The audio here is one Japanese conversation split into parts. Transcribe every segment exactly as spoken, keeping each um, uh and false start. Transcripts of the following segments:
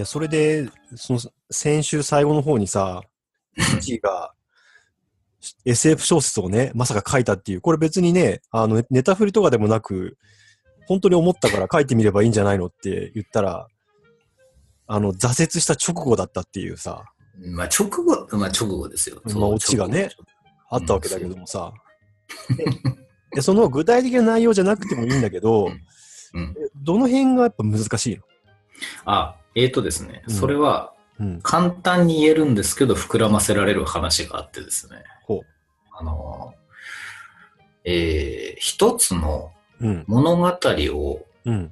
や、それで、その、先週最後の方にさ、イチが エスエフ 小説をね、まさか書いたっていう、これ別にね、あの、ネタ振りとかでもなく、本当に思ったから書いてみればいいんじゃないのって言ったら、あの、挫折した直後だったっていうさ。 まあ直後、まあ直後ですよ。 まあオチがね、あったわけだけどもさ。で、その具体的な内容じゃなくてもいいんだけど、うんうん、どの辺がやっぱ難しいの？ あ、えーとですね、うん、それは、簡単に言えるんですけど、膨らませられる話があってですね。 ほう。 あの、えー、一つの物語を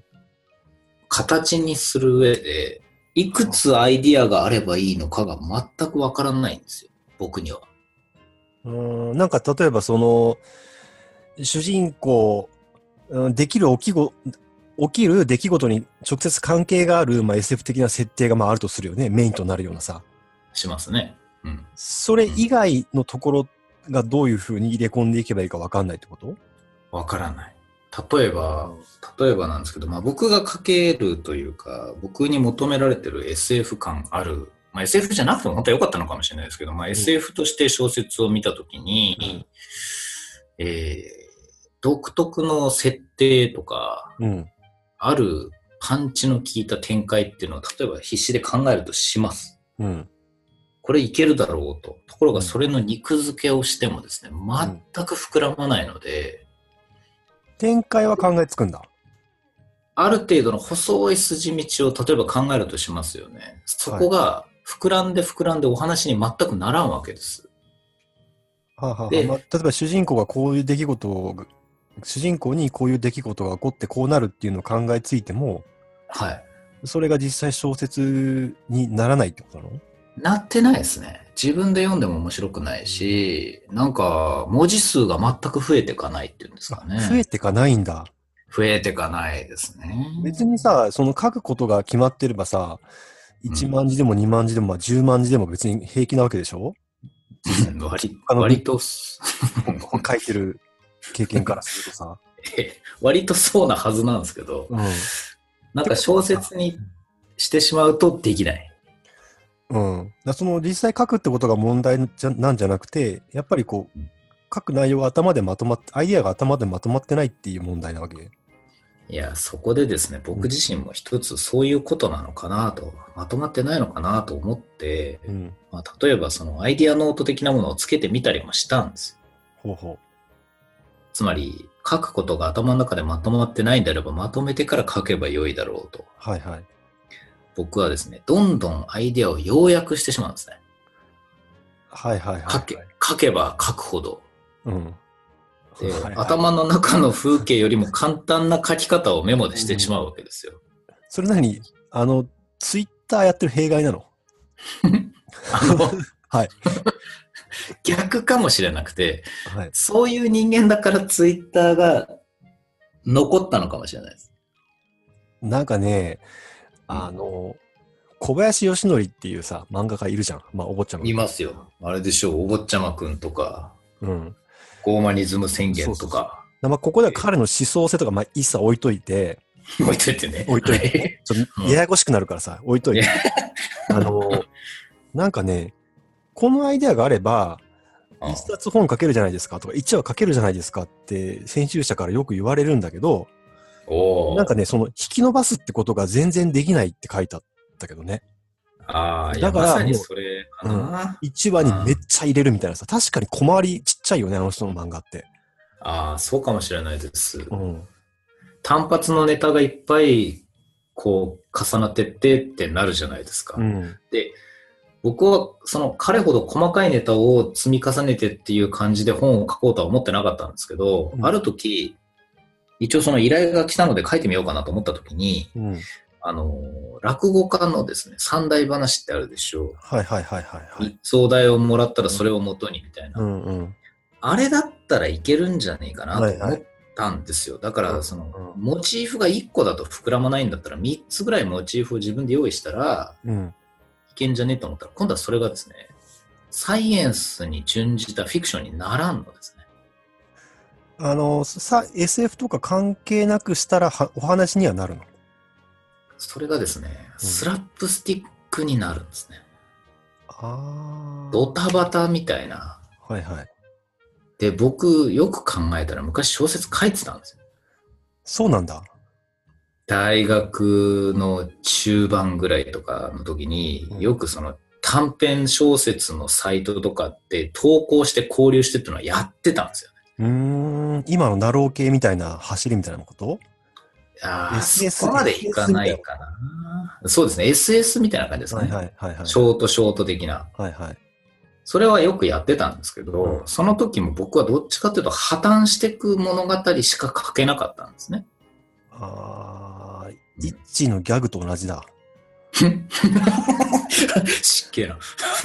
形にする上で、いくつアイディアがあればいいのかが全くわからないんですよ。僕には。 うーん、なんか例えばその、主人公、できる起きご、起きる出来事に直接関係がある、まあ、エスエフ 的な設定がまああるとするよね。メインとなるようなさ。 しますね。うん。 それ以外のところがどういう風に入れ込んでいけばいいかわかんないってこと？ わからない。例えば、例えばなんですけど、まあ僕が書けるというか、僕に求められてる エスエフ 感ある、まあ エスエフ じゃなくても本当は良かったのかもしれないですけど、まあ エスエフ として小説を見たときに、うん、えー、独特の設定とか、うん、あるパンチの効いた展開っていうのを例えば必死で考えるとします。うん、これいけるだろうと。ところがそれの肉付けをしてもですね、全く膨らまないので、 展開は考えつくんだ。 ある程度の細い筋道を例えば考えるとしますよね。そこが膨らんで膨らんでお話に全くならんわけです。 はあはあ、で、まあ、例えば主人公がこういう出来事を、主人公にこういう出来事が起こってこうなるっていうのを考えついても、 はい。 それが実際小説にならないってことなの？ なってないですね。自分で読んでも面白くないし、なんか文字数が全く増えていかないっていうんですかね。 増えていかないんだ。 増えていかないですね。 別にさ、その書くことが決まってればさ、いちまん字でもにまん字でもじゅうまん字でも別に平気なわけでしょ？ 割, 割と書いてる経験からするとさ割とそうなはずなんですけど、うん、なんか小説にしてしまうとできない。 うん。だその実際書くってことが問題じゃなんじゃなくて、やっぱりこう、書く内容が頭でまとまって、アイディアが頭でまとまってないっていう問題なわけ。 いや、そこでですね、僕自身も一つそういうことなのかなと、うん、まとまってないのかなと思って、うんまあ、例えばそのアイディアノート的なものをつけてみたりもしたんですよ。ほうほう。 つまり、書くことが頭の中でまとまってないんであれば、まとめてから書けばよいだろうと。 はいはい。 僕はですね、どんどんアイデアを要約してしまうんですね。 はいはいはい、はい。 書け、書けば書くほど。 うん。 で、はいはい、頭の中の風景よりも簡単な書き方をメモでしてしまうわけですよ。 うん、それ何あの、ツイッターやってる弊害なの？ あの、はい。逆かもしれなくて、はい、そういう人間だからツイッターが残ったのかもしれないです。 なんかね、あの、小林義則っていうさ、漫画家いるじゃん。まあ、お坊ちゃま。 いますよ。あれでしょう、お坊ちゃまくんとか、うん。ゴーマニズム宣言とか。そうそうそうまあ、ここでは彼の思想性とか、まあ、一切置いといて。 置いといてね。 置いといて。ちょっとややこしくなるからさ、置いといて。あの、なんかね、このアイデアがあれば、一冊本書けるじゃないですかとか、一話書けるじゃないですかって編集者からよく言われるんだけど、なんかね、その引き伸ばすってことが全然できないって書いてあったけどね。 ああ、 だから、 まさにそれかな、 うん。一話にめっちゃ入れるみたいなさ、確かに小回りちっちゃいよね、あの人の漫画って。 ああ、そうかもしれないです。うん、単発のネタがいっぱい、こう、重なってってってなるじゃないですか。うん、で、僕はその彼ほど細かいネタを積み重ねてっていう感じで本を書こうとは思ってなかったんですけど、うん、ある時、一応その依頼が来たので書いてみようかなと思った時に、うん、あの、落語家のですね、三大話ってあるでしょう。 はいはいはいはい、はい。 一層代をもらったらそれを元にみたいな。 うんうん、 あれだったらいけるんじゃねえかなと思ったんですよ。はいはい、だから、その、うん、モチーフがいっこだと膨らまないんだったらみっつぐらいモチーフを自分で用意したら、うんいけんじゃねえと思ったら、今度はそれがですね、サイエンスに準じたフィクションにならんのですね。 あの、さ、エスエフ とか関係なくしたらはお話にはなるの？ それがですね、 うんスラップスティックになるんですね。 ああ。 ドタバタみたいな。 はいはい。 で、僕、よく考えたら昔小説書いてたんですよ。 そうなんだ。 大学の中盤ぐらいとかの時に、 うんよくその短編小説のサイトとかって投稿して交流してっていうのはやってたんですよね。 うーん。今のナロー系みたいな走りみたいなこと？ ああ、 エスエスそこまでいかないかな。そうですね。エスエス みたいな感じですかね。 はいはいはいはい。 ショートショート的な。 はいはい。 それはよくやってたんですけど、 うんその時も僕はどっちかというと破綻していく物語しか書けなかったんですね。 ああ、イッチのギャグと同じだ。 しっけえな。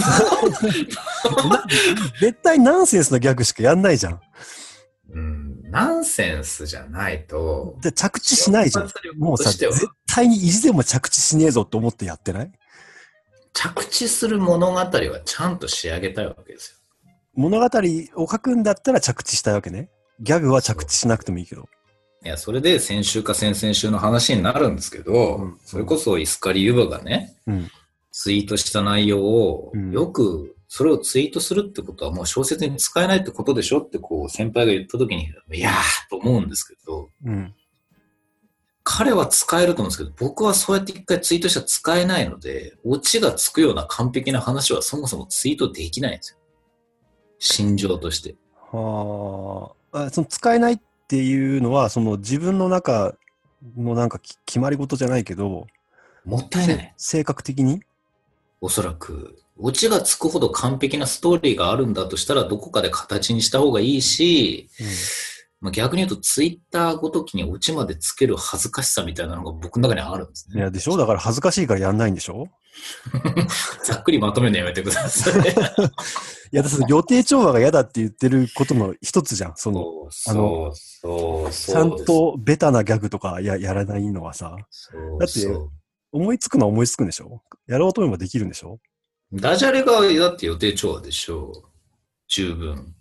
絶対ナンセンスのギャグしかやんないじゃん。 うん、ナンセンスじゃないと。 で、着地しないじゃん。もうさ、絶対に意地でも着地しねえぞと思ってやってない？ 着地する物語はちゃんと仕上げたいわけですよ。 物語を書くんだったら着地したいわけね。ギャグは着地しなくてもいいけど。 いや、それで先週か先々週の話になるんですけど、うん、それこそイスカリユバがね、うん、ツイートした内容を、うん、よくそれをツイートするってことはもう小説に使えないってことでしょってこう先輩が言った時に、いやーと思うんですけど、うん、彼は使えると思うんですけど、僕はそうやって一回ツイートしたら使えないので、オチがつくような完璧な話はそもそもツイートできないんですよ。心情として。 はあ、その使えないっていうのは、その自分の中のなんか決まり事じゃないけど、 もったいない。 性格的に？ おそらく、オチがつくほど完璧なストーリーがあるんだとしたら、どこかで形にした方がいいし、うん、まあ、逆に言うとツイッターごときにオチまでつける恥ずかしさみたいなのが僕の中にあるんですね。 いや、でしょ？だから恥ずかしいからやんないんでしょ？ ざっくりまとめるのやめてください。 いや、だって予定調和が嫌だって言ってることの一つじゃん。その、 あの、そうそうちゃんとベタなギャグとかややらないのはさ。そうだって、思いつくのは思いつくんでしょ？やろうと思えばできるんでしょ？ ダジャレがだって予定調和でしょう。十分。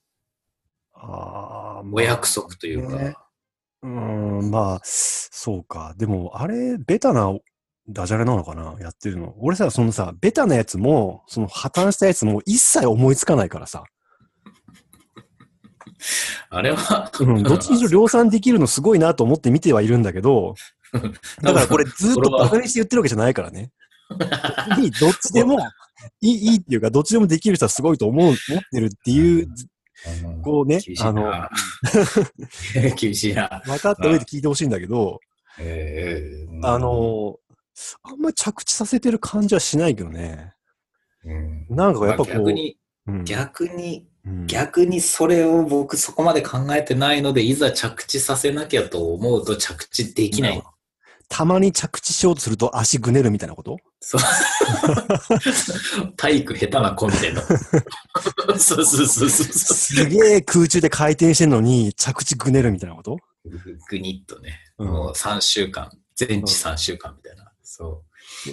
あ、まあ、お約束というか。ね、 うーん、まあ、そうか。でも、あれ、ベタなダジャレなのかな？やってるの。俺さ、そのさ、ベタなやつも、その破綻したやつも一切思いつかないからさ。 あれは、 うん、どっちにしろ量産できるのすごいなと思って見てはいるんだけど、だからこれずっとバカにして言ってるわけじゃないからね。どっちでもいい、いいっていうか、どっちでもできる人はすごいと思う、思ってるっていう、こうね、あの、 厳しいな。 分かった上で聞いてほしいんだけど、 えー、 あの、あんまり着地させてる感じはしないけどね。うん、なんかやっぱこう、 逆に、 うん、 逆に、うん、逆にそれを僕そこまで考えてないので、いざ着地させなきゃと思うと着地できない。 たまに着地しようとすると足ぐねるみたいなこと？ そう。体育下手な子みたいな。そうそうそうそう。 すげえ空中で回転してんのに着地ぐねるみたいなこと？ ぐにっとね。うん、もうさんしゅうかん、全治さんしゅうかんみたいな。うん、そう。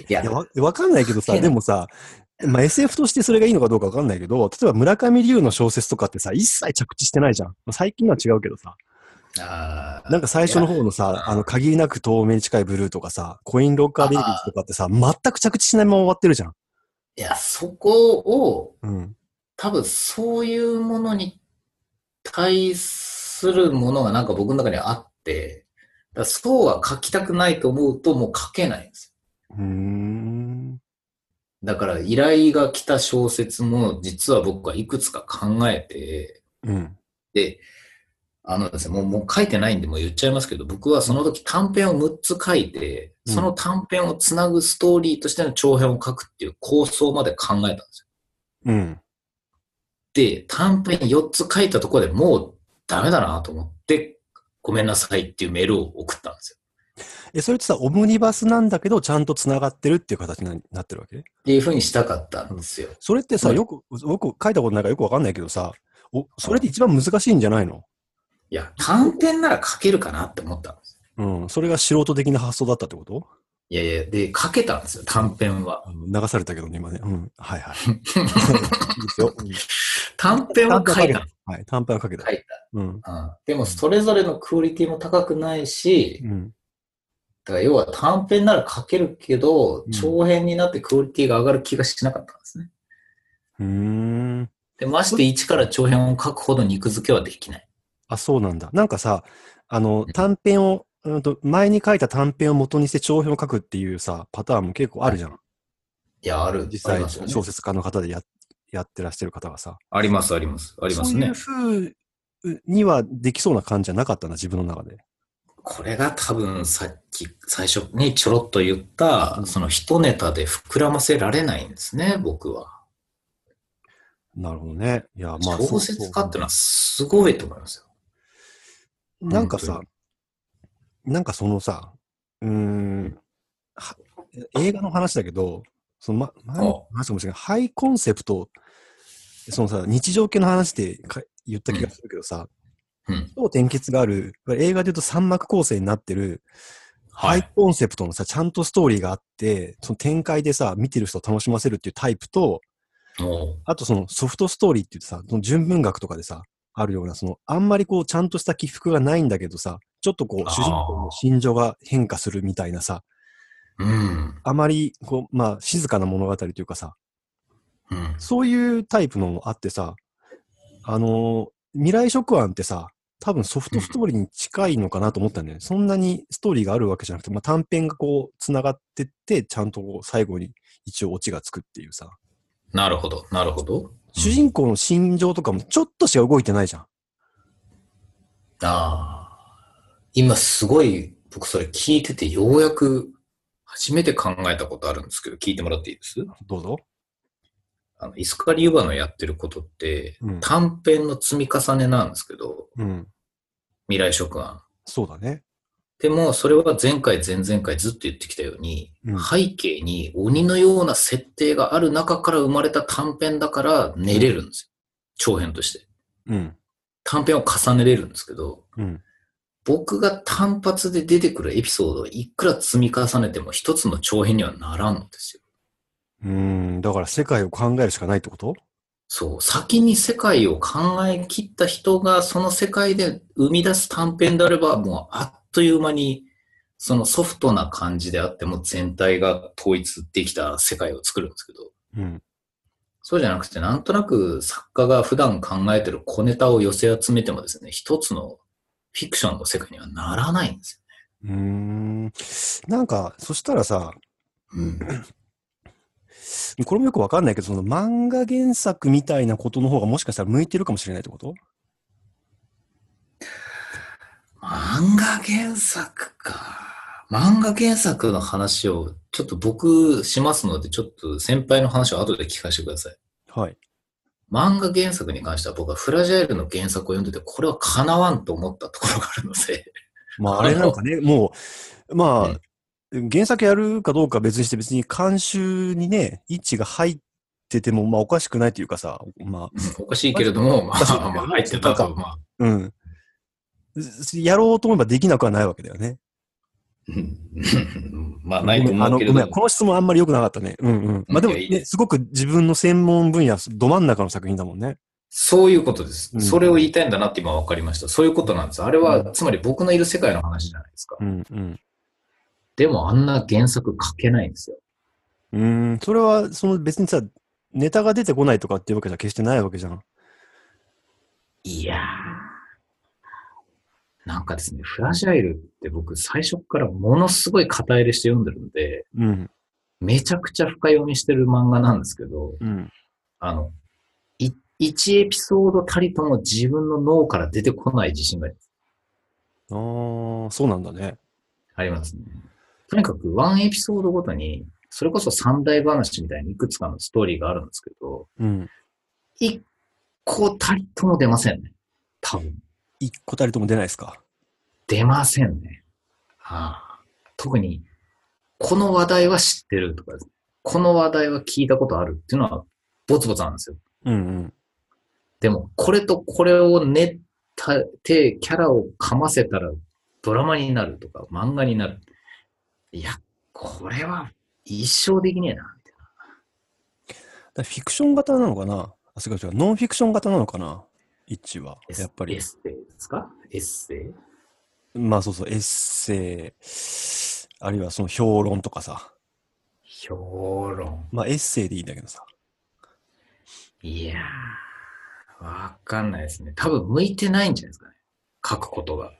いや、いやわ、わかんないけどさ、でもさ、まあ、エスエフ としてそれがいいのかどうかわかんないけど、例えば村上龍の小説とかってさ、一切着地してないじゃん。最近は違うけどさ。あなんか最初の方のさ、あの、限りなく透明に近いブルーとかさ、コインロッカーベイビーズとかってさ、全く着地しないまま終わってるじゃん。 いや、そこを、うん、多分そういうものに対するものがなんか僕の中にあって、だそうは書きたくないと思うともう書けないんですよ。うーんだから依頼が来た小説も実は僕はいくつか考えて、うん、で、あのですね、もう、もう書いてないんでもう言っちゃいますけど、僕はその時短編をむっつ書いて、うん、その短編をつなぐストーリーとしての長編を書くっていう構想まで考えたんですよ。うん。で、短編よっつ書いたところでもうダメだなと思って、ごめんなさいっていうメールを送ったんですよ。 え、それってさ、オムニバスなんだけど、ちゃんと繋がってるっていう形になってるわけ？ っていう風にしたかったんですよ。うん、 それってさ、よく、よく書いたことないからよくわかんないけどさ、お、それって一番難しいんじゃないの？ いや、短編なら書けるかなって思ったんです。 うん。それが素人的な発想だったってこと？ いやいや、で、書けたんですよ、短編は。 流されたけどね、今ね。うん。はいはい。いいですよ。うん、 短編は書いた。 はい、短編は書けた。 書いた。うん。うん、でも、それぞれのクオリティも高くないし、うん、 から要は短編なら書けるけど、 うん長編になってクオリティが上がる気がしなかったんですね。 うーん。 で、まして一から長編を書くほど肉付けはできない。 あ、そうなんだ。なんかさ、あの、短編を、うんと、前に書いた短編を元にして長編を書くっていうさ、パターンも結構あるじゃん。 いや、ある、 実際、 ありますよね。 小説家の方でや、やってらっしゃる方がさ。 あります、あります、ありますね。 そういう風にはできそうな感じじゃなかったな、自分の中で。 これが多分さっき最初にちょろっと言った、 うん、 その一ネタで膨らませられないんですね、僕は。 なるほどね。いや、まあ、 小説家ってのはすごいと思いますよ。 なんかさ、なんかそのさ、うーん、映画の話だけど、その、ま、前の話かもしれない。ハイコンセプト、そのさ、日常系の話で言った気がするけどさ、 うん。 超転結がある、映画で言うと三幕構成になってる、ハイコンセプトのさ、ちゃんとストーリーがあって、その展開でさ、見てる人を楽しませるっていうタイプと、あとそのソフトストーリーって言ってさ、その純文学とかでさ、あるような、その、あんまりこう、ちゃんとした起伏がないんだけどさ、ちょっとこう、主人公の心情が変化するみたいなさ、 うん、 あまり、こう、まあ、静かな物語というかさ、 うん、 そういうタイプのもあってさ、あのー、未来食案ってさ、多分ソフトストーリーに近いのかなと思ったんだよね。そんなにストーリーがあるわけじゃなくて、まあ、短編がこう、繋がってって、ちゃんとこう、最後に一応オチがつくっていうさ。 なるほど、なるほど。 主人公の心情とかもちょっとしか動いてないじゃん。 ああ。今すごい、僕それ聞いててようやく初めて考えたことあるんですけど、聞いてもらっていいです？ どうぞ。 あの、イスカリ・ユバのやってることって、うん、短編の積み重ねなんですけど、うん、未来食案。 そうだね。 でも、それは前回、前々回ずっと言ってきたように、うん、背景に鬼のような設定がある中から生まれた短編だから寝れるんですよ。長編として。うん、短編を重ねれるんですけど、うん、僕が単発で出てくるエピソードをいくら積み重ねても一つの長編にはならんのですよ。 うーん、だから世界を考えるしかないってこと？ そう。先に世界を考え切った人がその世界で生み出す短編であれば、もうあっという間にそのソフトな感じであっても全体が統一できた世界を作るんですけど、うん、そうじゃなくてなんとなく作家が普段考えてる小ネタを寄せ集めてもですね、一つのフィクションの世界にはならないんですよね。うーん。なんか、そしたらさ、うん、これもよくわかんないけど、その漫画原作みたいなことの方がもしかしたら向いてるかもしれないってこと？ 漫画原作か。漫画原作の話をちょっと僕しますので、ちょっと先輩の話を後で聞かせてください。 はい。 漫画原作に関しては僕はフラジャイルの原作を読んでて、これは叶わんと思ったところがあるので。 まああれなんかね、もう、まあ、うん、原作やるかどうか別にして別に監修にね、一致が入ってても、まあおかしくないというかさ、まあ。 おかしいけれども、まあ、まあ入ってたと、まあ。 うん。やろうと思えばできなくはないわけだよね。 まあ、ないと思うけれども。 あの、この質問あんまり良くなかったね。うんうん。まあでもね、すごく自分の専門分野、ど真ん中の作品だもんね。 そういうことです。うん、それを言いたいんだなって今分かりました。そういうことなんです。あれは、うん、つまり僕のいる世界の話じゃないですか。 うんうん、 でもあんな原作書けないんですよ。 うん、それは、その別にさ、ネタが出てこないとかっていうわけじゃ決してないわけじゃん。 いやー。なんかですね、フラジャイルって僕最初からものすごい肩入れして読んでるんで、うん、めちゃくちゃ深読みしてる漫画なんですけど、うん、あの、い、一エピソードたりとも自分の脳から出てこない自信があります。 ああ、そうなんだね。 ありますね。とにかくワンエピソードごとに、それこそ三大話みたいにいくつかのストーリーがあるんですけど、うん、一個たりとも出ませんね。多分。 一個たりとも出ないですか？ 出ませんね。はあ、特に、この話題は知ってるとかですね。この話題は聞いたことあるっていうのは、ボツボツなんですよ。うんうん。でも、これとこれを練ったて、キャラを噛ませたら、ドラマになるとか、漫画になる。いや、これは一生できねえな、みたいな。だフィクション型なのかな？あ、違う違う。ノンフィクション型なのかな？一致は。やっぱり。 エッセイですか？エッセイ？ まあそうそう、エッセイ。 あるいはその評論とかさ。 評論。 まあエッセイでいいんだけどさ。 いやー、わかんないですね。多分向いてないんじゃないですかね。書くことが。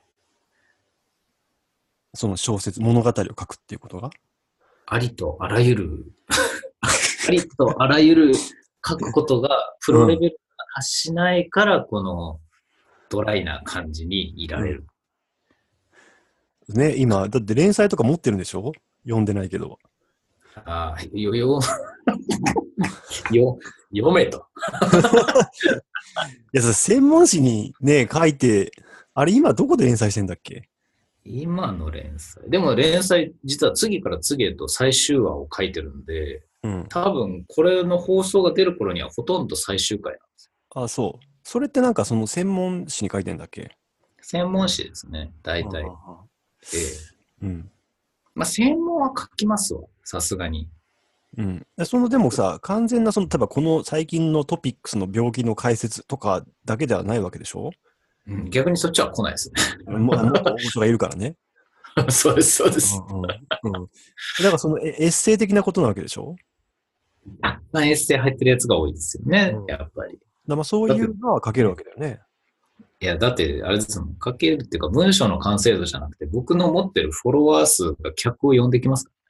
その小説、物語を書くっていうことが。 ありとあらゆる、ありとあらゆる書くことがプロレベルが発しないから、このドライな感じにいられる。 うん、ね、今、だって連載とか持ってるんでしょ？読んでないけど。 ああ、よ、よ、よ、読めと。 いや、それ専門誌にね、書いて、あれ今どこで連載してんだっけ？ 今の連載。でも連載、実は次から次へと最終話を書いてるんで、 うん。 多分これの放送が出る頃にはほとんど最終回なんですよ。 あ、そう。それってなんかその専門誌に書いてんだっけ？ 専門誌ですね、大体。 ああ、 ええ、 うん。 まあ、専門は書きますわ、さすがに。 うん。でその、でもさ、完全なその、例えばこの最近のトピックスの病気の解説とかだけではないわけでしょ？ うん、逆にそっちは来ないですね。 も、もっと大御所がいるからね。 そうです、そうでうす。 んうん。うん。だからそのエエッセイ的なことなわけでしょ？ あ、まあ、エッセイ入ってるやつが多いですよね、 うん。だかやっぱり。 らまあそうだって、 いうのは書けるわけだよね。 いや、だって、あれですもん、書けるっていうか、文章の完成度じゃなくて、僕の持ってるフォロワー数が客を呼んできますか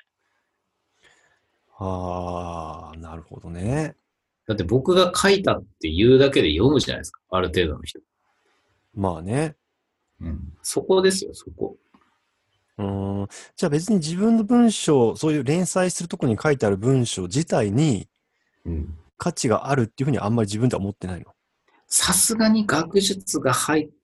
ああ、なるほどら。 ね。 だって僕が書いたって言うだけで読むじゃないですか、ある程度の人。 まあね。 うん。そこですよ、そこ。 うーん。じゃあ別に自分の文章、そういう連載するとこに書いてある文章自体にうん。 価値があるっていうふうにはあんまり自分では思ってないの。 さすがに学術が入って、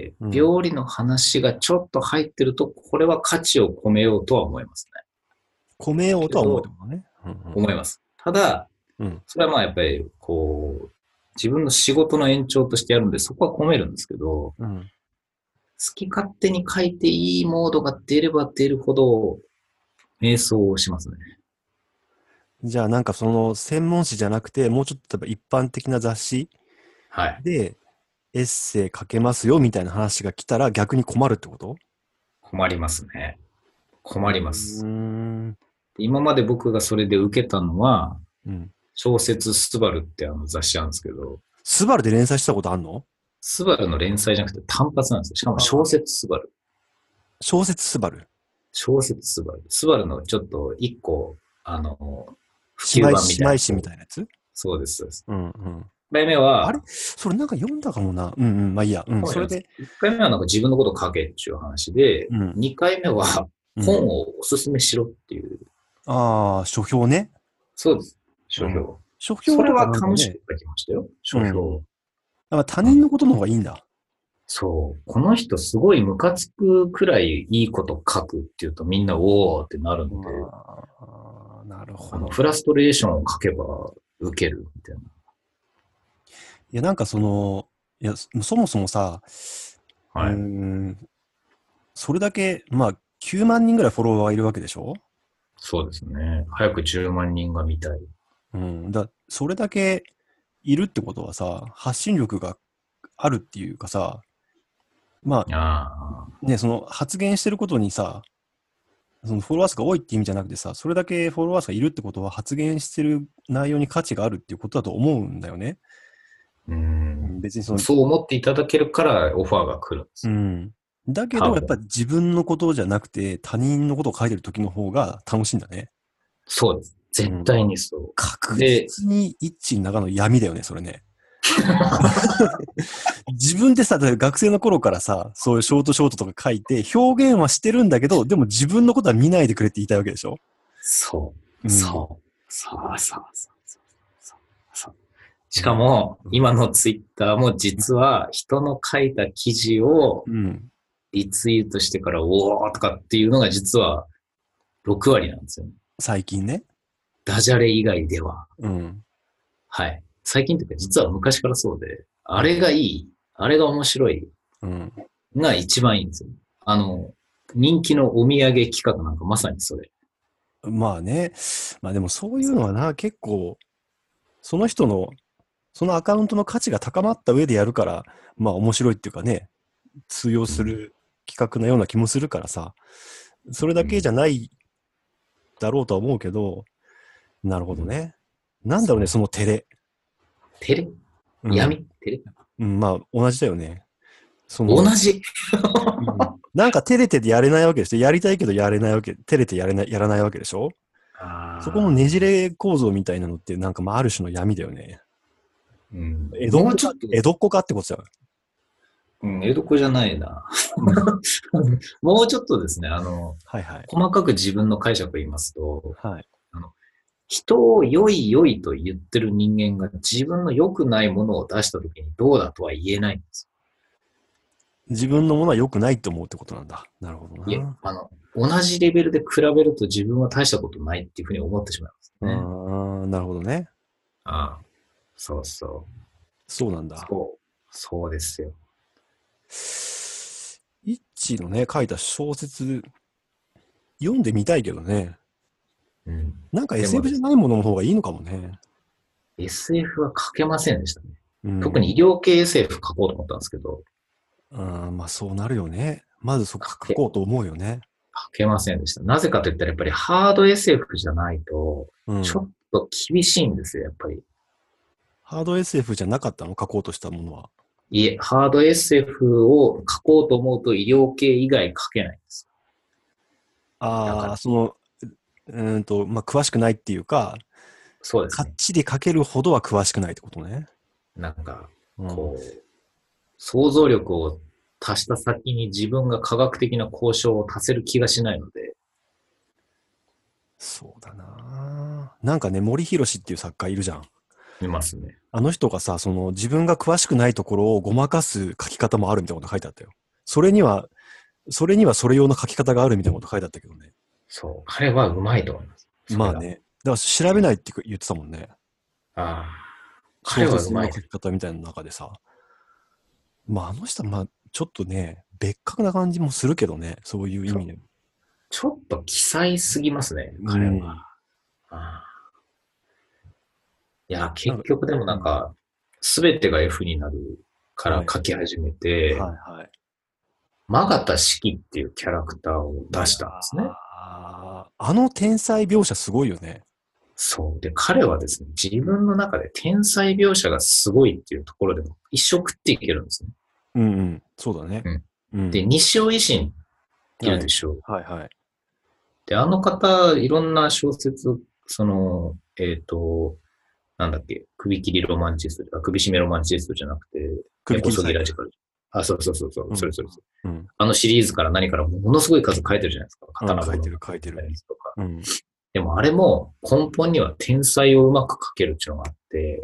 うん。 病理の話がちょっと入ってると、これは価値を込めようとは思いますね。 込めようとは思うってけど、 ことね。うん思います。ただ、 うん。うん。 それはまあやっぱり、こう、自分の仕事の延長としてやるんで、そこは込めるんですけど、 うん。 好き勝手に書いていいモードが出れば出るほど、瞑想をしますね。 じゃあなんかその専門誌じゃなくて、もうちょっと例えば一般的な雑誌はい。 でエッセイ書けますよみたいな話が来たら逆に困るってこと？ 困りますね。 う困ります。 ーん。 今まで僕がそれで受けたのは、 うん。 小説スバルってあの雑誌なんですけど、 スバルで連載したことあんの？ スバルの連載じゃなくて単発なんですよ。しかも小ああ。 説スバル。 小説スバル。 小説スバル。スバルのちょっと一個、あの、普及姉妹、 版みたいな。 姉妹誌みたいなやつ？ そうです、そうです。 うんうん。 一回目あれは、 それなんか読んだかもな。うんうん。まあいいや。うん。 かもしれないです。 それで、 一回目はなんか自分のことを書けっていう話で、 うん。 二回目はうん。 本をおすすめしろっていう。 ああ、書評ね。 そうです。 うん。 書評。 書評とかそれはなんかね、 楽しく書きましたよ。書評。 うん。まあ他うん。 人のことの方がいいんだ。 そう。この人すごいムカつくくらいいいこと書くっていうとみんなおーってなるんで、 ああ、なるほあの、 ど。 フラストレーションを書けば受けるみたいな。 いや、なんかその、いや、そそもそもさ、うーはい。 ん、それだけ、まあ、きゅうまん人ぐらいフォロワーがいるわけでしょ？ そうですね。早くじゅうまん人が見たい。 うん。だ、それだけいるってことはさ、発信力があるっていうかさ、まああ、ね、その発言してることにさ、そのフォロワー数が多いって意味じゃなくてさ、それだけフォロワー数がいるってことは発言してる内容に価値があるっていうことだと思うんだよね。 あ、ううん、 ん。 別にその、 そう思っていただけるからオファーが来るんでうす。 ん。だけど、やっぱ多分。 り自分のことじゃなくて他人のことを書いてる時の方が楽しいんだね。 そうです。絶うん。 対にそう。 確で、 実に一致の中の闇だよね、それね。自分でさ、だって学生の頃からさ、そういうショートショートとか書いて、表現はしてるんだけど、でも自分のことは見ないでくれって言いたいわけでしょ？ そう。 うん。 そう。そうそうそうそうそうそう。しかうん。 も、今のツイッターも実は人の書いた記事をうん。 リツイートしてからおーとかっていうのが実はろく割なんですよね。 最近ね。 ダジャレ以外では。 うん。 はい。最近というか実は昔からそうで、あれがいい、あれが面白いうん。 が一番いいんですよ。あの、人気のお土産企画なんかまさにそれ。 まあね。まあでもそういうのはな、結構、その人の、そのアカウントの価値が高まった上でやるから、まあ面白いっていうかね、通用うん、 する企画のような気もするからさ。 それだけじゃないだろうとは思うけど、なるほどね。なんだろうね、その照れ。 照れうん、 闇照れうん、まあ、同じだよね。そ同の、 じうん、なんか照れててやれないわけでしょ。やりたいけどやれないわけ、照れてやれない、やらないわけでしょ。そこのねじあれ構造みたいなのって、なんかまあ、ある種の闇だよね。 ー、うん、 江戸っ子か、 もうちょっと、 江戸っ子かってことだよ。 うん、江戸っ子じゃないな。もうちょっとですね、あの、 はいはい。 細かく自分の解釈を言いますと、 はい。 あの人を良い良いと言ってる人間が自分の良くないものを出したときにどうだとは言えないんです。 自分のものは良くないって思うってことなんだ。なるほどいえ、 な。 あの、同じレベルで比べると自分は大したことないっていうふうに思ってしまいますあね。 あ、なるほどね。 ああ、そうそう。 そうなんだ。 そう、そうですよ。 イッチのね、書いた小説、読んでみたいけどね。 うん。 なんかでエスエフもですね、 じゃないものの方がいいのかもね。 エスエフ は書けませんでしたね。 うん。 特に医療系 エスエフ 書こうと思ったんですけど、 あーまあそうなるよね。まずそこ書け、 書こうと思うよね。 書けませんでした。なぜかといったらやっぱりハード エスエフ じゃないと、 うん。 ちょっと厳しいんですよ、やっぱり。 ハード エスエフ じゃなかったの書こうとしたものは。 いえ、ハード エスエフ を書こうと思うと医療系以外書けないんです。だかああ、 ら、 その、うーんと、まあ詳しくないっていうか、かっそうですね。 ちり書けるほどは詳しくないってことね。 なんか、 うん。 こう、想像力を足した先に自分が科学的な交渉を足せる気がしないので、 そうだな。なんかね、森博っていう作家いるじゃん。 いますね。 あの人がさ、その自分が詳しくないところをごまかす書き方もあるみたいなこと書いてあったよ。それには、それにはそれ用の書き方があるみたいなこと書いてあったけどね。 そう。彼はうまいと思います。それが。 まあね。だから調べないって言ってたもんね。 ああ。彼はう小説まいです。 の書き方みたいな中でさ。まああの人はまあちょっとね、別格な感じもするけどね。そういう意ちょ、 味でも。 ちょっと奇才すぎますね、 う彼は。 ん。 ああ。いや、 なんか、 結局でもうん。 なんか、すべてが F になるからはい。 書き始めて、 はいはい。 マガタシキっていうキャラクターを出いやしたんですね。 ー、あの天才描写すごいよね。 そう。で、彼はですね、自分の中で天才描写がすごいっていうところでも一生食っていけるんですね。 うんうん。そうだね。 うん。で、 うん。 西尾維新っていはい。 うでしょう。 はいはい。 で、あの方、いろんな小説、その、えっ、と、なんだっけ、首切りロマンチスト、あ首絞めロマンチストじゃなくて、根こそぎ首切りサイクル。 ラジカル。あ、そうそうそうそう、 うん。 それそれそれ。 うん。 あのシリーズから何からものすごい数書いてるじゃないですか。 うん、 刀物語書いてる書いてる。 とか。 うん。 でもあれも根本には天才をうまく書けるっていうのがあって、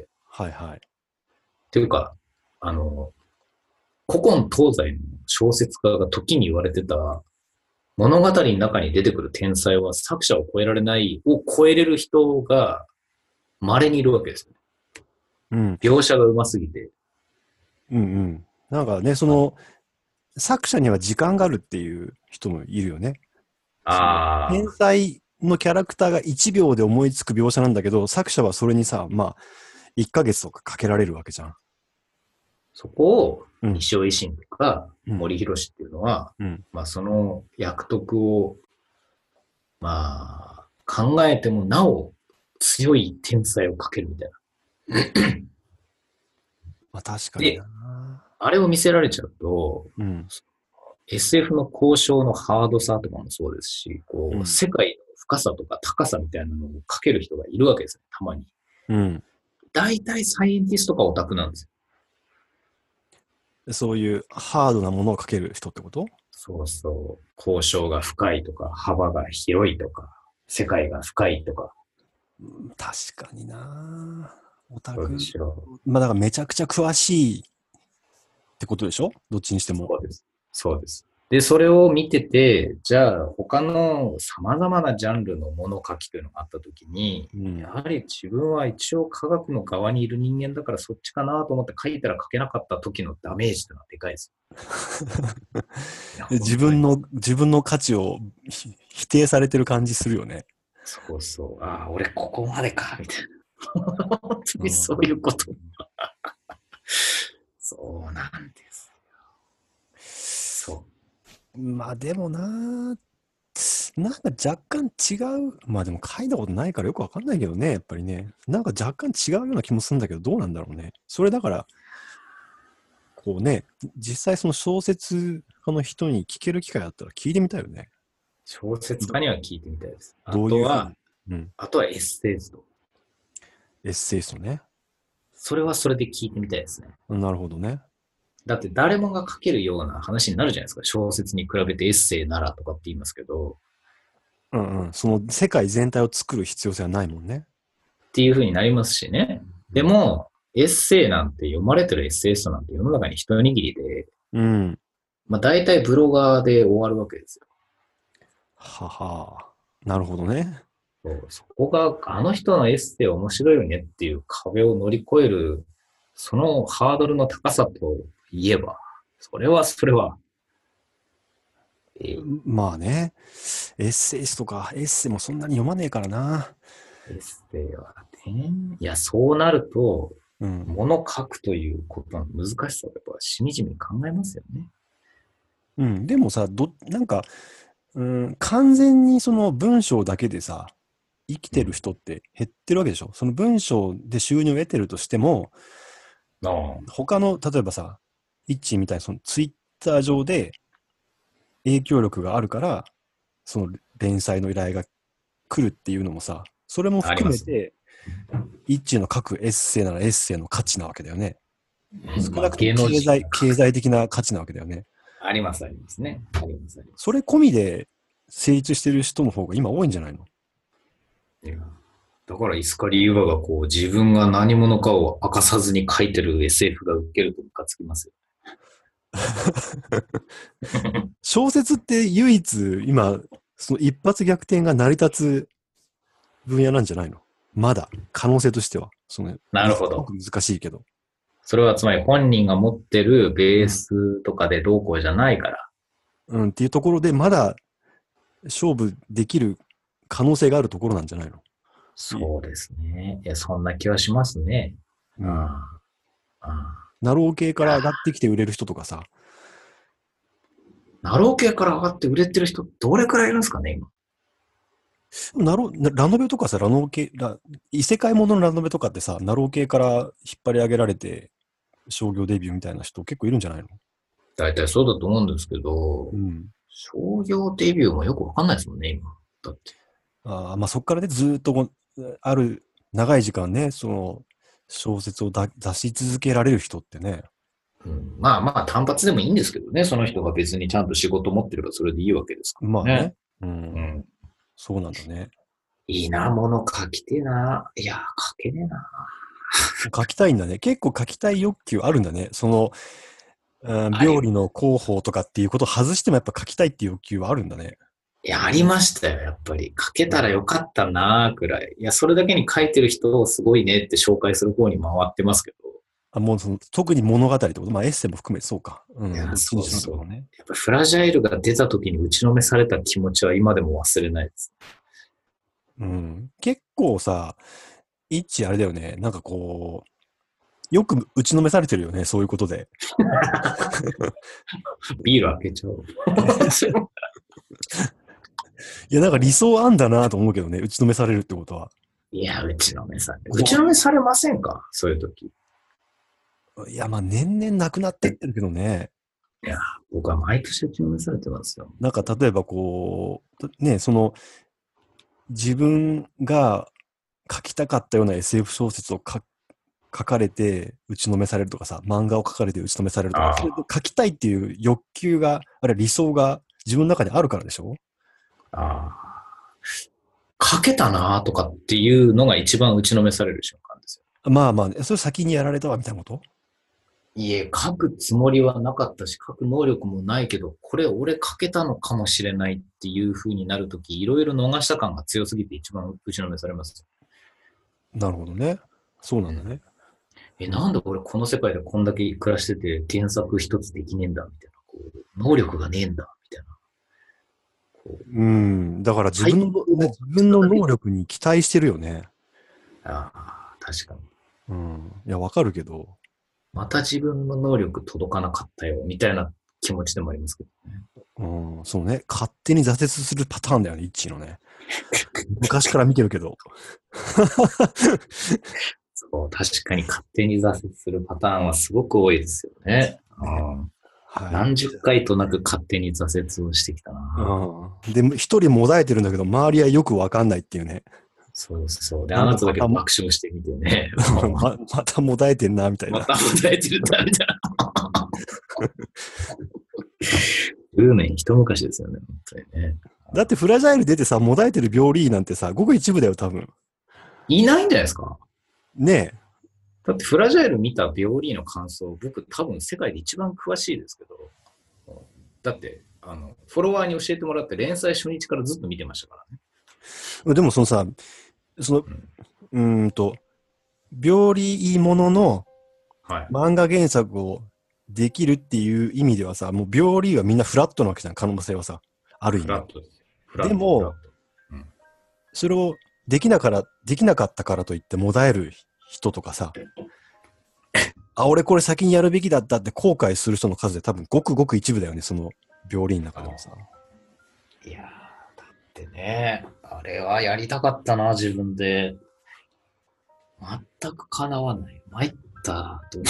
はいはい。 というか、あの、古今東西の小説家が時に言われてた物語の中に出てくる天才は作者を超えられないを超えれる人が稀にいるわけですよ。 うん。 描写が上手すぎて。 うんうん。なんかね、そあの、作者には時間があるっていう人もいるよね。その、天あ、 才のキャラクターがいちびょうで思いつく描写なんだけど、作者はそれにさ、まあ、いっかげつとかかけられるわけじゃん。 そこをうん。 西尾維新とかうん。 森博っていうのは、 うん。 まあその役得を、まあ考えてもなお強い天才をかけるみたいな。 まあ確かにで、 な。 あれを見せられちゃうと、 うん。 エスエフ の交渉のハードさとかもそうですし、こう、 うん。 世界の深さとか高さみたいなのをかける人がいるわけですよ、たまに。 うん。 大体サイエンティストかオタクなんですよ。 そういうハードなものをかける人ってこと？ そうそう。交渉が深いとか、幅が広いとか、世界が深いとか。 うん、確かにな。オタそうでク、 しょう。 まあだからめちゃくちゃ詳しいってことでしょ？どっちにしても。 そうです。そうです。で、それを見てて、じゃあ他の様々なジャンルの物書きというのがあったときに、 うん。 やはり自分は一応科学の側にいる人間だからそっちかなと思って書いたら書けなかった時のダメージというのはでかいです。いや、本当に。 自分の、自分の価値をひ否定されてる感じするよね。 そうそう。ああ、俺ここまでか、みたいな。本当うにそういうこと。 ん。 そうなんです。そう。 まあでもな、 なんか若干違う。まあでも書いたことないからよくわかんないけどね、やっぱりね。なんか若干違うような気もするんだけど、どうなんだろうね。それだから、こうね、実際その小説家の人に聞ける機会あったら聞いてみたいよね。 小説ど、 家には聞いてみたいです。あどういうふうに。 とは、 うん。 あとはエッセイスト。 エッセイストね。 それはそれで聞いてみたいですね。 なるほどね。 だって誰もが書けるような話になるじゃないですか。小説に比べてエッセイならとかって言いますけど、 うんうん。その世界全体を作る必要性はないもんね。 っていう風になりますしね。でも、エッセイなんて読まれてるエッセイストなんて世の中に一握りで、 うん。 まあ大体ブロガーで終わるわけですよ。 はは。なるほどね。 そうそこがあの人のエッセイ面白いよねっていう壁を乗り越える、そのハードルの高さといえば、それはそれは、えーまあね。エッセイストか。エッセイもそんなに読まねえからな。 エッセイはね、いや、そうなると、 うん。 物書くということの難しさをやっぱしみじみ考えますよね。 うん。でもさ、ど、なんか、うん、完全にその文章だけでさ、生きてる人って減ってるわけでしょ。その文章で収入を得てるとしても、 ああ、 他の、例えばさ、イッチーみたいなそのツイッター上で影響力があるから、その連載の依頼が来るっていうのもさ、それもありますね。 含めて、イッチーの書くエッセイならエッセイの価値なわけだよね。 うんまあ、 少なくとも芸能人経済、経済的な価値なわけだよね。 あります、ありますね。あります、ありまそれ込みで成立してる人の方が今多いんじゃないの？ す。いやだから、イスカリ・ユバがこう、自分が何者かを明かさずに書いてる エスエフ が受けるとムカつきますよ。 小説って唯一今、その一発逆転が成り立つ分野なんじゃないの？まだ、可能性としては。その、 なるほど。 すごく難しいけど。 それはつまり本人が持ってるベーうん。 スとかでどうこうじゃないから。 うん、っていうところで、まだ勝負できる可能性があるところなんじゃないの？いそうですね。いや、そんな気はしますね。 うん。 ああ、ああ。 ナロー系いや、 から上がってきて売れる人とかさ、 ナロー系から上がって売れてる人どれくらいいるんですかね、今。 ナロ、なラノベとかさ、ラノ系、ラ、異世界もののラノベとかってさ、ナロー系から引っ張り上げられて商業デビューみたいな人結構いるんじゃないの？ 大体そうだと思うんですけど、 うん。 商業デビューもよくわかんないですもんね、今。だって。 ああ、まあそっからね、ずーっとこうある長い時間ね、その小説をだ出し続けられる人ってね。 うん、まあまあ単発でもいいんですけどね、その人が別にちゃんと仕事持ってればそれでいいわけですからね。 まあね。うん。 うん。 そうなんだね。 いいな、もの書きてえな。いや、書けねえな。 書きたいんだね。結構書きたい欲求あるんだね。その、うん、 あり、 料理の広報とかっていうことを外してもやっぱ書きたいっていう欲求はあるんだね。 いや、ありましたよ、やっぱり。書けたらよかったな、くらい。いや、それだけに書いてる人をすごいねって紹介する方に回ってますけど。 あ、もうその、特に物語ってこと、まあエッセイも含めてそうか。ういや、 ん、どっちにしろってそうそう。 ことね。 やっぱフラジャイルが出た時に打ちのめされた気持ちは今でも忘れないです。 うん。結構さ、一致あれだよね。なんかこう、よく打ちのめされてるよね、そういうことで。 ビール開けちゃう。 いや、なんか理想あんだなと思うけどね、打ちのめされるってことは。 いや、打ちのめされ、打ち怖のめされませんかそういう時。 い。いや、まあ年々なくなってってるけどね。 いや、僕は毎年打ちのめされてますよ。 なんか例えばこう、ね、その、自分が書きたかったような エスエフ 小説を書書かれて打ちのめされるとかさ、漫画を書かれて打ちのめされるとか、それであ書きたいっていう欲求が、あるいは理想が自分の中にあるからでしょ？ あ、ああ。書けたなとかっていうのが一番打ちのめされる瞬間ですよ。 まあまあ、それ先にやられたわみたいなこと？ いえ、書くつもりはなかったし、書く能力もないけど、これ俺書けたのかもしれないっていう風になるとき、いろいろ逃した感が強すぎて一番打ちのめされます。 なるほどね。そうなんだうん。 ね。 え、なんで俺この世界でこんだけ暮らしてて原作一つできねえんだみたいな。こう能力がねえんだみたいな。こう、 うん。だから自最分の、ね、 高自分の能力に期待してるよね。 ああ、確かに。 うん。いや、わかるけど。 また自分の能力届かなかったよ、みたいな気持ちでもありますけどね。うん、そうね。勝手に挫折するパターンだよね、イッチーのね。昔から見てるけど。 そう、確かに勝手に挫折するパターンはすごく多いですよね。うんはい、何十回となく勝手に挫折をしてきたな。 うん、で、一人もだえてるんだけど、周りはよくわかんないっていうね。 そうそう。で、あなただけ爆笑してみてね。 ま, またもだえてんな、みたいな。 またもだえてるな、みたいな。ルーメン一昔ですよね、本当にね。 だってフラジャイル出てさ、もだえてる病理なんてさ、ごく一部だよ、多分。 いないんじゃないですか。 ねえ。 だってフラジャイル見た病理の感想、僕多分世界で一番詳しいですけど、だってあのフォロワーに教えてもらって連載初日からずっと見てましたからね。でもそのさ、その、うん、うーんと、病理ものの漫画原作をできるっていう意味ではさ、もう病理はみんなフラットなわけじゃん、可能性はさ、ある意味。フラットです。フラットでも、うん、それをできなから、できなかったからといってもだえる人とかさ、あ、俺これ先にやるべきだったって後悔する人の数で多分ごくごく一部だよね、その病理の中でもさ。 いやー、だってね、あれはやりたかったな、自分で。全く叶わない。参ったと。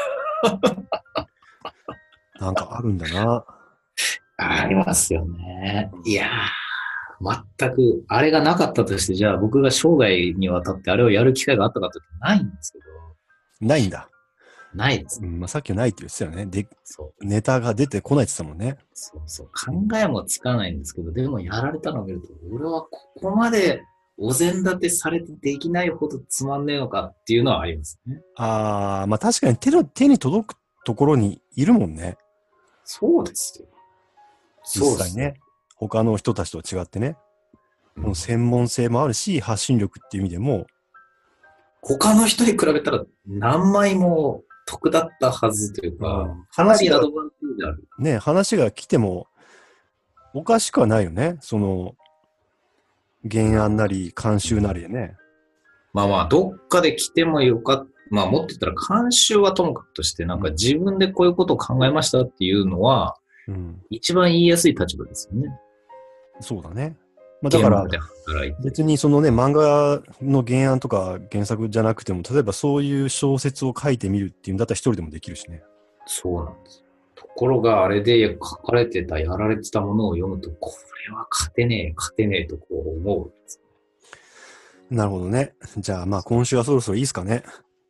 なんかあるんだな。 ありますよね。いやー、全く、あれがなかったとして、じゃあ僕が生涯にわたってあれをやる機会があったかってないんですけど。 ないんだ。 ないです、 ね。うん、まあ、さっきはないって言ってたよね。で、そうネタが出てこないって言ってたもんね。 そうそう。考えもつかないんですけど、でもやられたのを見ると、俺はここまでお膳立てされてできないほどつまんねえのかっていうのはありますね。 ああ、まあ確かに手の、手に届くところにいるもんね。 そうですよ。 実際ね。他の人たちと違ってね。うん、専門性もあるし、発信力っていう意味でも。 他の人に比べたら何枚も得だったはずというか、うん、かなりアドバンテージある。 ね、話が来てもおかしくはないよね。その、原案なり、監修なりでね。 まあまあ、どっかで来てもよかった。まあ、もっと言ったら、監修はともかくとして、なんか自分でこういうことを考えましたっていうのは、うん、一番言いやすい立場ですよね。 そうだね。まあ、だから、別にそのね、漫画の原案とか原作じゃなくても、例えばそういう小説を書いてみるっていうんだったら一人でもできるしね。 そうなんです。ところが、あれで書かれてた、やられてたものを読むと、これは勝てねえ、勝てねえとこう思うんです。 なるほどね。じゃあ、まあ今週はそろそろいいですかね。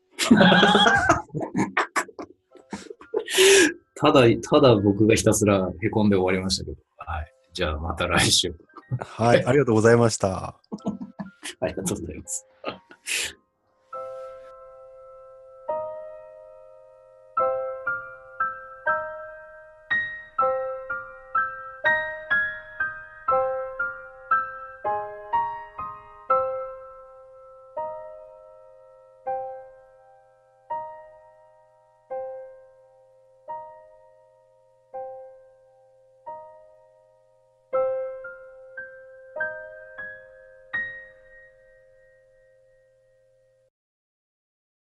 ただ、ただ僕がひたすら凹んで終わりましたけど。はい。じゃあまた来週。 はい。ありがとうございました。 ありがとうございます。